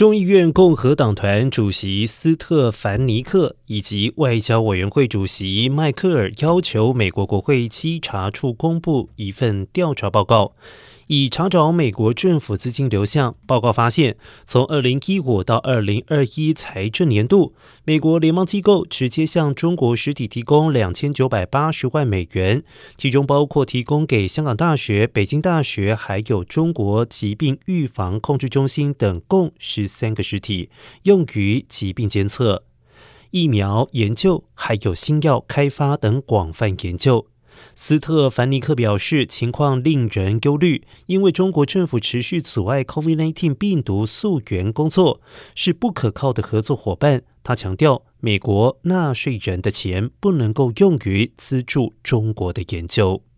众议院共和党团主席斯特凡尼克以及外交委员会主席迈克尔要求美国国会稽查处公布一份调查报告，以查找美国政府资金流向。报告发现，从2015到2021财政年度，美国联邦机构直接向中国实体提供2980万美元，其中包括提供给香港大学、北京大学还有中国疾病预防控制中心等共13个实体，用于疾病监测、疫苗研究还有新药开发等广泛研究。斯特凡尼克表示，情况令人忧虑，因为中国政府持续阻碍 COVID-19 病毒溯源工作，是不可靠的合作伙伴。他强调，美国纳税人的钱不能够用于资助中国的研究。